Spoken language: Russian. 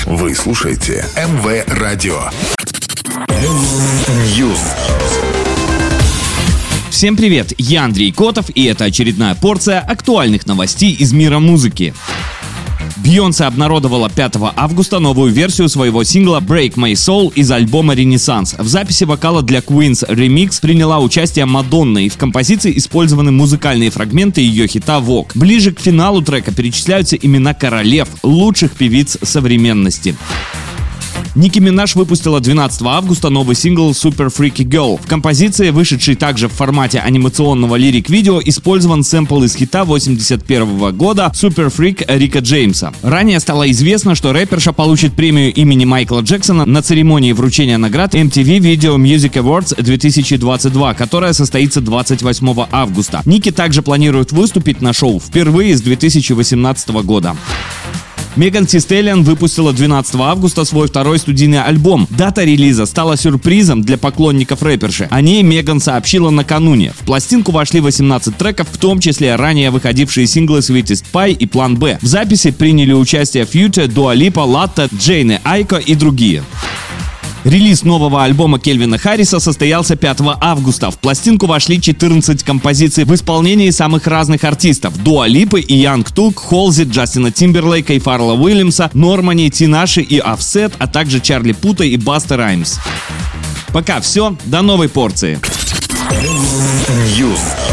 Вы слушаете МВ Радио. News. Всем привет, я Андрей Котов, и это очередная порция актуальных новостей из мира музыки. Бейонсе обнародовала 5 августа новую версию своего сингла «Break My Soul» из альбома «Ренессанс». В записи вокала для Queen's Remix приняла участие Мадонна, и в композиции использованы музыкальные фрагменты ее хита «Vogue». Ближе к финалу трека перечисляются имена королев, лучших певиц современности. Ники Минаж выпустила 12 августа новый сингл «Super Freaky Girl». В композиции, вышедшей также в формате анимационного лирик-видео, использован сэмпл из хита 1981 года «Super Freak» Рика Джеймса. Ранее стало известно, что рэперша получит премию имени Майкла Джексона на церемонии вручения наград MTV Video Music Awards 2022, которая состоится 28 августа. Ники также планирует выступить на шоу впервые с 2018 года. Меган Ти Стэллион выпустила 12 августа свой второй студийный альбом. Дата релиза стала сюрпризом для поклонников рэперши. О ней Меган сообщила накануне. В пластинку вошли 18 треков, в том числе ранее выходившие синглы Sweetest Pie и Plan B. В записи приняли участие Future, Dua Lipa, Latta, Джейне Айко и другие. Релиз нового альбома Кельвина Харриса состоялся 5 августа. В пластинку вошли 14 композиций в исполнении самых разных артистов: Дуа Липы и Янг Тук, Холзи, Джастина Тимберлейка и Фаррелла Уильямса, Нормани, Тинаши и Офсет, а также Чарли Пута и Баста Раймс. Пока все, до новой порции. News.